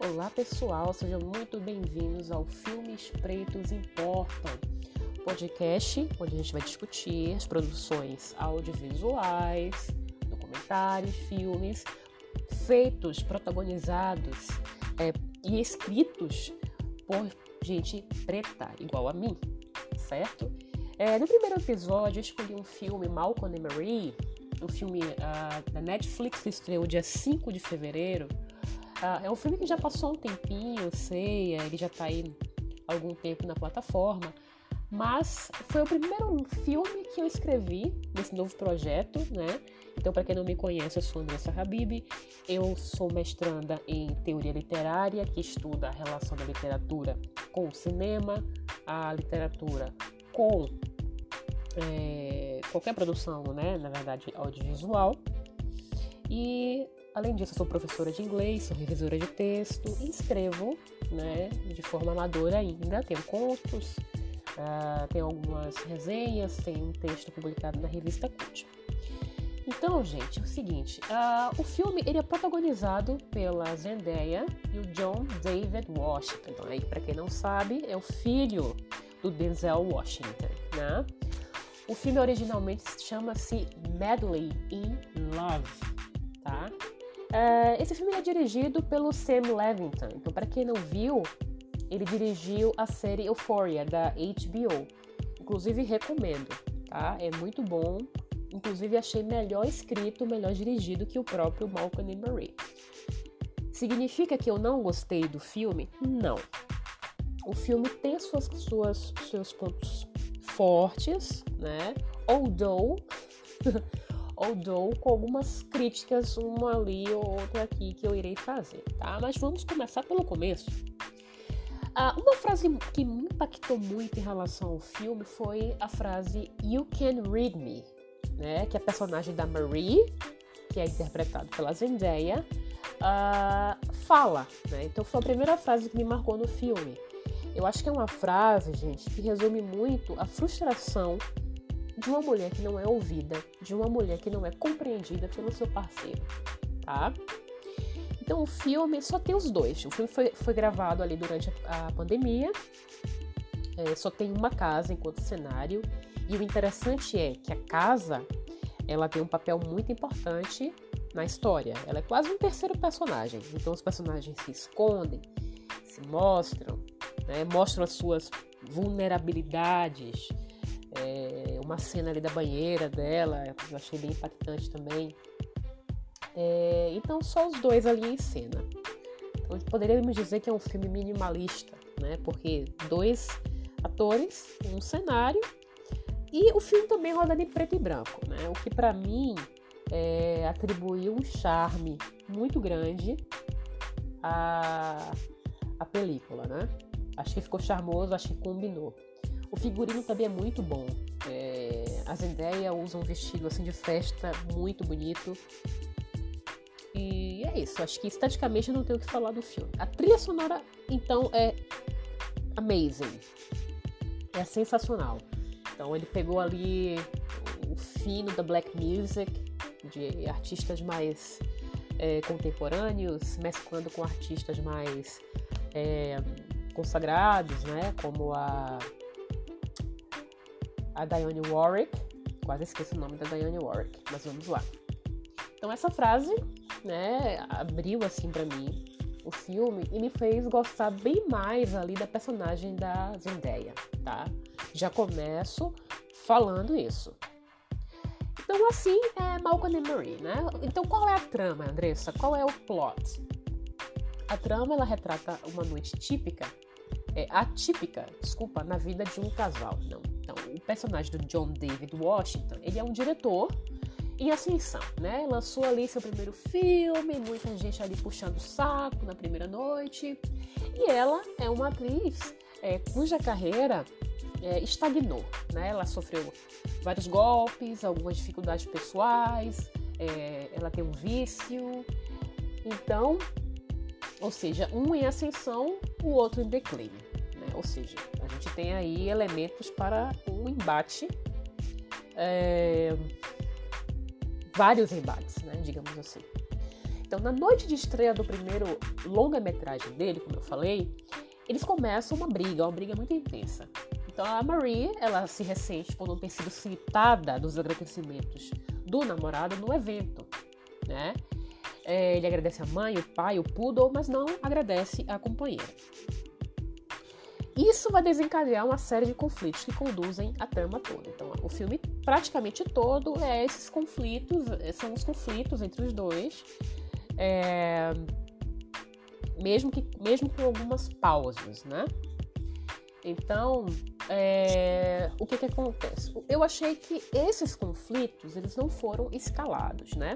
Olá pessoal, sejam muito bem-vindos ao Filmes Pretos Importam, podcast onde a gente vai discutir as produções audiovisuais, documentários, filmes feitos, protagonizados e escritos por gente preta, igual a mim, certo? No primeiro episódio eu escolhi um filme, Malcolm and Marie, um filme da Netflix que estreou dia 5 de fevereiro. É um filme que já passou um tempinho, eu sei, ele já está aí há algum tempo na plataforma, mas foi o primeiro filme que eu escrevi nesse novo projeto, né? Então, para quem não me conhece, eu sou Andressa Habib, eu sou mestranda em teoria literária, que estuda a relação da literatura com o cinema, a literatura com qualquer produção, né? Na verdade, audiovisual. E, além disso, eu sou professora de inglês, sou revisora de texto e escrevo, né, de forma amadora ainda. Tenho contos, tenho algumas resenhas, tenho um texto publicado na revista Cult. Então, gente, é o seguinte, o filme ele é protagonizado pela Zendaya e o John David Washington. Então, aí, para quem não sabe, é o filho do Denzel Washington, né? O filme originalmente chama-se Madly in Love. Tá? Esse filme é dirigido pelo Sam Levinson. Então, para quem não viu, ele dirigiu a série Euphoria da HBO. Inclusive, recomendo, tá? É muito bom. Inclusive, achei melhor escrito, melhor dirigido que o próprio Malcolm and Marie. Significa que eu não gostei do filme? Não. O filme tem seus pontos fortes, né? Although com algumas críticas, uma ali ou outra aqui que eu irei fazer, tá? Mas vamos começar pelo começo. Uma frase que me impactou muito em relação ao filme foi a frase "You can read me", né? Que a personagem da Marie, que é interpretada pela Zendaya, fala, né? Então foi a primeira frase que me marcou no filme. Eu acho que é uma frase, gente, que resume muito a frustração de uma mulher que não é ouvida, de uma mulher que não é compreendida pelo seu parceiro, tá? Então o filme só tem os dois. O filme foi gravado ali durante a pandemia, só tem uma casa enquanto cenário, e o interessante é que a casa, ela tem um papel muito importante na história. Ela é quase um terceiro personagem. Então os personagens se escondem, se mostram, né? Mostram as suas vulnerabilidades. Uma cena ali da banheira dela, eu achei bem impactante também. Então só os dois ali em cena. Então poderíamos dizer que é um filme minimalista, né? Porque dois atores, um cenário, e o filme também roda em preto e branco, né? O que pra mim atribuiu um charme muito grande à película, né? Acho que ficou charmoso, acho que combinou. O figurino também é muito bom. A Zendaya usa um vestido assim de festa muito bonito. E é isso. Acho que esteticamente eu não tenho o que falar do filme. A trilha sonora, então, é amazing. É sensacional. Então ele pegou ali o fino da black music, de artistas mais contemporâneos, mesclando com artistas mais consagrados, né? Como a Dionne Warwick, quase esqueci o nome da Dionne Warwick, mas vamos lá. Então essa frase, né, abriu assim pra mim o filme e me fez gostar bem mais ali da personagem da Zendaya, tá? Já começo falando isso. Então assim é Malcolm and Marie, né? Então qual é a trama, Andressa? Qual é o plot? A trama, ela retrata uma noite atípica, na vida de um casal. Não. Então, o personagem do John David Washington, ele é um diretor em ascensão, né? Lançou ali seu primeiro filme, muita gente ali puxando o saco na primeira noite. E ela é uma atriz cuja carreira estagnou, né? Ela sofreu vários golpes, algumas dificuldades pessoais, ela tem um vício. Então, ou seja, um em ascensão, o outro em declínio, né? Ou seja, a gente tem aí elementos para um embate, vários embates, né? Digamos assim. Então, na noite de estreia do primeiro longa-metragem dele, como eu falei, eles começam uma briga muito intensa. Então, a Marie, ela se ressente por não ter sido citada dos agradecimentos do namorado no evento, né? Ele agradece a mãe, o pai, o poodle, mas não agradece a companheira. Isso vai desencadear uma série de conflitos que conduzem a trama toda. Então, o filme praticamente todo são os conflitos entre os dois, mesmo com algumas pausas, né? Então, o que acontece? Eu achei que esses conflitos, eles não foram escalados, né?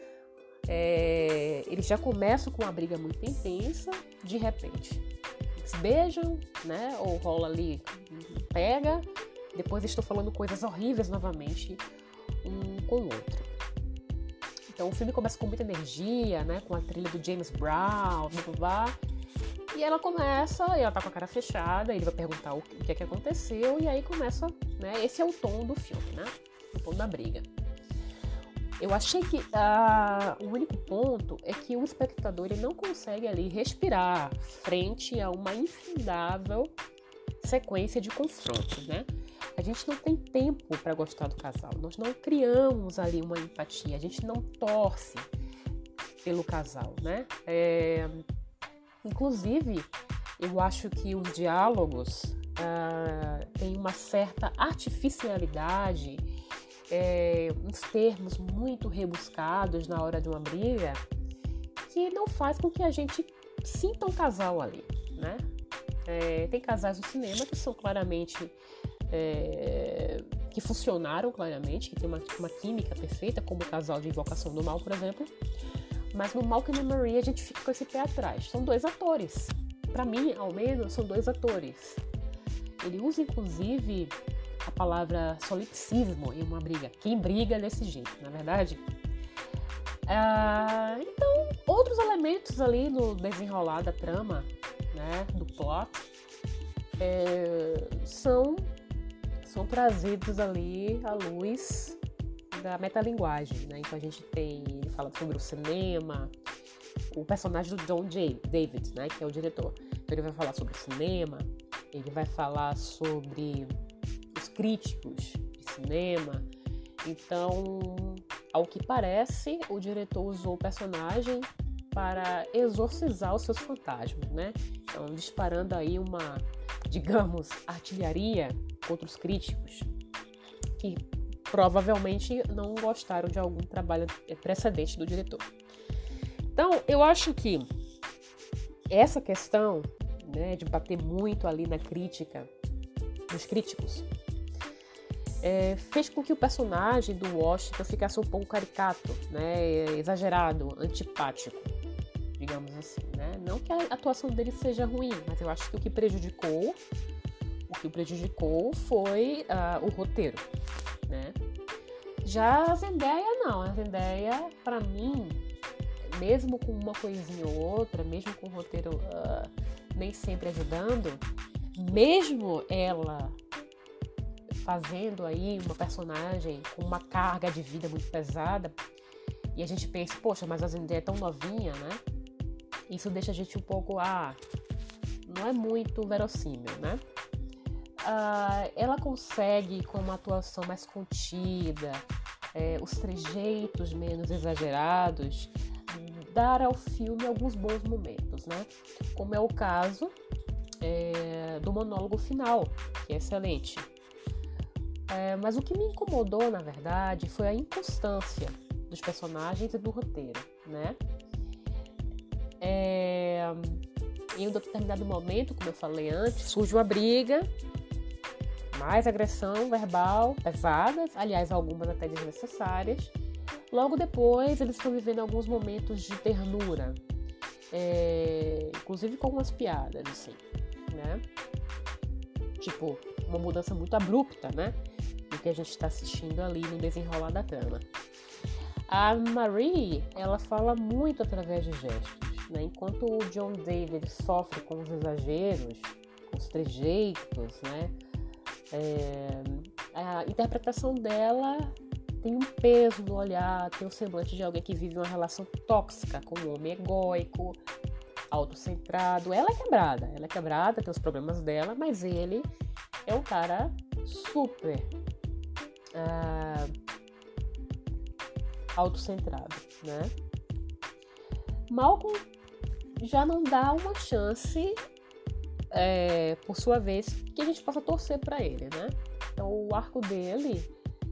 Eles já começam com uma briga muito intensa, de repente. Eles beijam, né? Ou rola ali, pega. Depois estou falando coisas horríveis novamente, um com o outro. Então o filme começa com muita energia, né? Com a trilha do James Brown, blá, blá, blá. E ela tá com a cara fechada, ele vai perguntar o que é que aconteceu, e aí começa, né? Esse é o tom do filme, né? O tom da briga. Eu achei que o único ponto é que o espectador ele não consegue ali respirar frente a uma infindável sequência de confrontos, né? A gente não tem tempo para gostar do casal, nós não criamos ali uma empatia, a gente não torce pelo casal, né? Inclusive, eu acho que os diálogos têm uma certa artificialidade, uns termos muito rebuscados na hora de uma briga, que não faz com que a gente sinta um casal ali, né? Tem casais no cinema que são claramente que funcionaram claramente, que tem uma química perfeita, como o casal de Invocação do Mal, por exemplo. Mas no Malcolm e Marie a gente fica com esse pé atrás. São dois atores. Para mim, ao menos, são dois atores. Ele usa, inclusive, a palavra solipsismo em uma briga. Quem briga desse jeito, na verdade? Então, outros elementos ali no desenrolar da trama, né, do plot, são trazidos ali à luz da metalinguagem, né? Então a gente ele fala sobre o cinema, o personagem do John David, né, que é o diretor. Então ele vai falar sobre o cinema, ele vai falar sobre os críticos de cinema. Então, ao que parece, o diretor usou o personagem para exorcizar os seus fantasmas, né? Então, disparando aí uma, digamos, artilharia contra os críticos que provavelmente não gostaram de algum trabalho precedente do diretor. Então, eu acho que essa questão, né, de bater muito ali na crítica dos críticos fez com que o personagem do Washington ficasse um pouco caricato, né, exagerado, antipático, digamos assim, né? Não que a atuação dele seja ruim, mas eu acho que o que prejudicou foi o roteiro, né? Já a Zendaya não, a Zendaya, pra mim, mesmo com uma coisinha ou outra, mesmo com o roteiro nem sempre ajudando, mesmo ela fazendo aí uma personagem com uma carga de vida muito pesada, e a gente pensa, poxa, mas a Zendaya é tão novinha, né? Isso deixa a gente um pouco, não é muito verossímil, né? Ela consegue, com uma atuação mais contida, os trejeitos menos exagerados, dar ao filme alguns bons momentos, né? Como é o caso do monólogo final, que é excelente. Mas o que me incomodou, na verdade, foi a inconstância dos personagens e do roteiro, né? Em um determinado momento, como eu falei antes, surge uma briga, mais agressão verbal pesadas, aliás, algumas até desnecessárias. Logo depois, eles estão vivendo alguns momentos de ternura, inclusive com umas piadas, assim, né? Tipo, uma mudança muito abrupta, né? Do que a gente está assistindo ali no desenrolar da trama. A Marie, ela fala muito através de gestos, né? Enquanto o John David sofre com os exageros, com os trejeitos, né? A interpretação dela tem um peso no olhar, tem o semblante de alguém que vive uma relação tóxica com um homem egóico, autocentrado. Ela é quebrada, tem os problemas dela, mas ele é um cara super autocentrado, né? Malcolm já não dá uma chance, por sua vez, que a gente possa torcer para ele, né? Então o arco dele,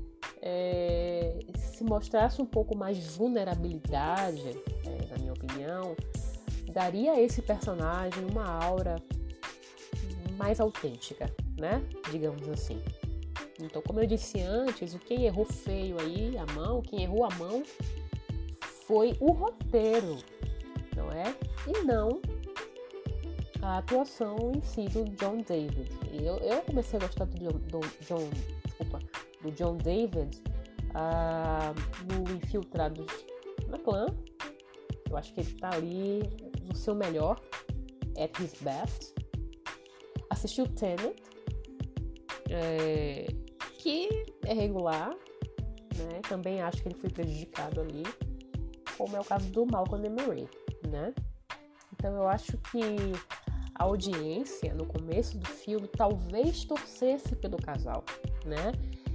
se mostrasse um pouco mais de vulnerabilidade, na minha opinião, daria a esse personagem uma aura mais autêntica, né? Digamos assim. Então, como eu disse antes, quem errou feio aí quem errou a mão foi o roteiro, não é? E não a atuação em si do John David. Eu comecei a gostar do John David no Infiltrados na Clã. Eu acho que ele tá ali no seu melhor, at his best. Assisti o Tenet, que é regular, né? Também acho que ele foi prejudicado ali, como é o caso do Malcolm Emery, né? Então eu acho que a audiência no começo do filme talvez torcesse pelo casal, né?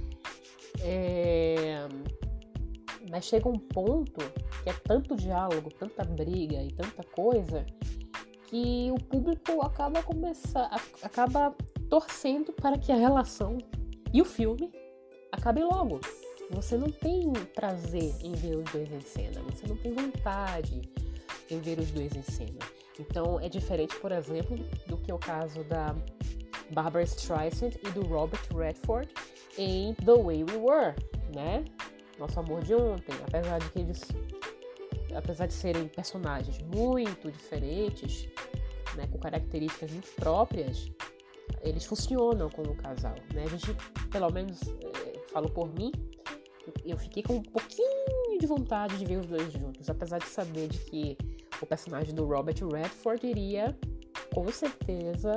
Mas chega um ponto que é tanto diálogo, tanta briga e tanta coisa, que o público acaba torcendo para que a relação e o filme acabem logo. Você não tem prazer em ver os dois em cena, você não tem vontade em ver os dois em cena. Então é diferente, por exemplo, do que o caso da Barbra Streisand e do Robert Redford em The Way We Were, né? Nosso Amor de Ontem. Apesar de serem personagens muito diferentes, né, com características muito próprias, eles funcionam como casal, né? A gente, pelo menos, falo por mim, eu fiquei com um pouquinho de vontade de ver os dois juntos, apesar de saber de que o personagem do Robert Redford iria, com certeza,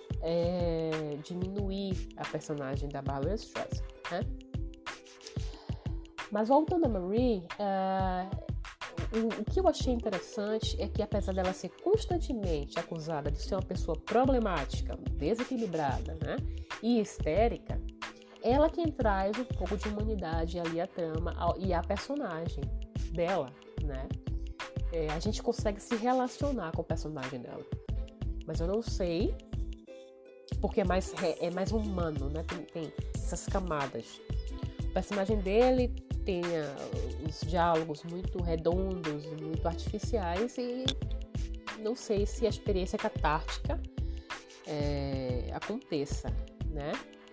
diminuir a personagem da Barbra Streisand, né? Mas voltando a Marie, o que eu achei interessante é que, apesar dela ser constantemente acusada de ser uma pessoa problemática, desequilibrada, né, e histérica, ela quem traz um pouco de humanidade ali à trama e à personagem dela, né? A gente consegue se relacionar com o personagem dela, mas eu não sei, porque é mais humano, né? Tem essas camadas. O personagem dele tem os diálogos muito redondos, muito artificiais, e não sei se a experiência catártica aconteça, né?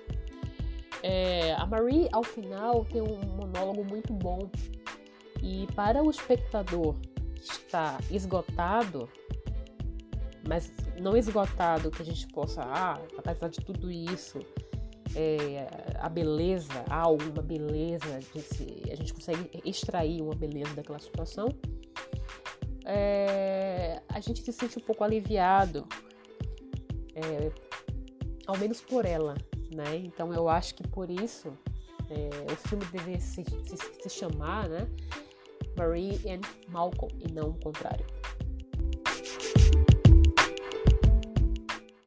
A Marie, ao final, tem um monólogo muito bom, e para o espectador que está esgotado, mas não esgotado que a gente possa, apesar de tudo isso, a beleza, há alguma beleza, a gente consegue extrair uma beleza daquela situação, a gente se sente um pouco aliviado, ao menos por ela, né? Então eu acho que por isso o filme deveria se chamar, né, Marie and Malcolm, e não o contrário.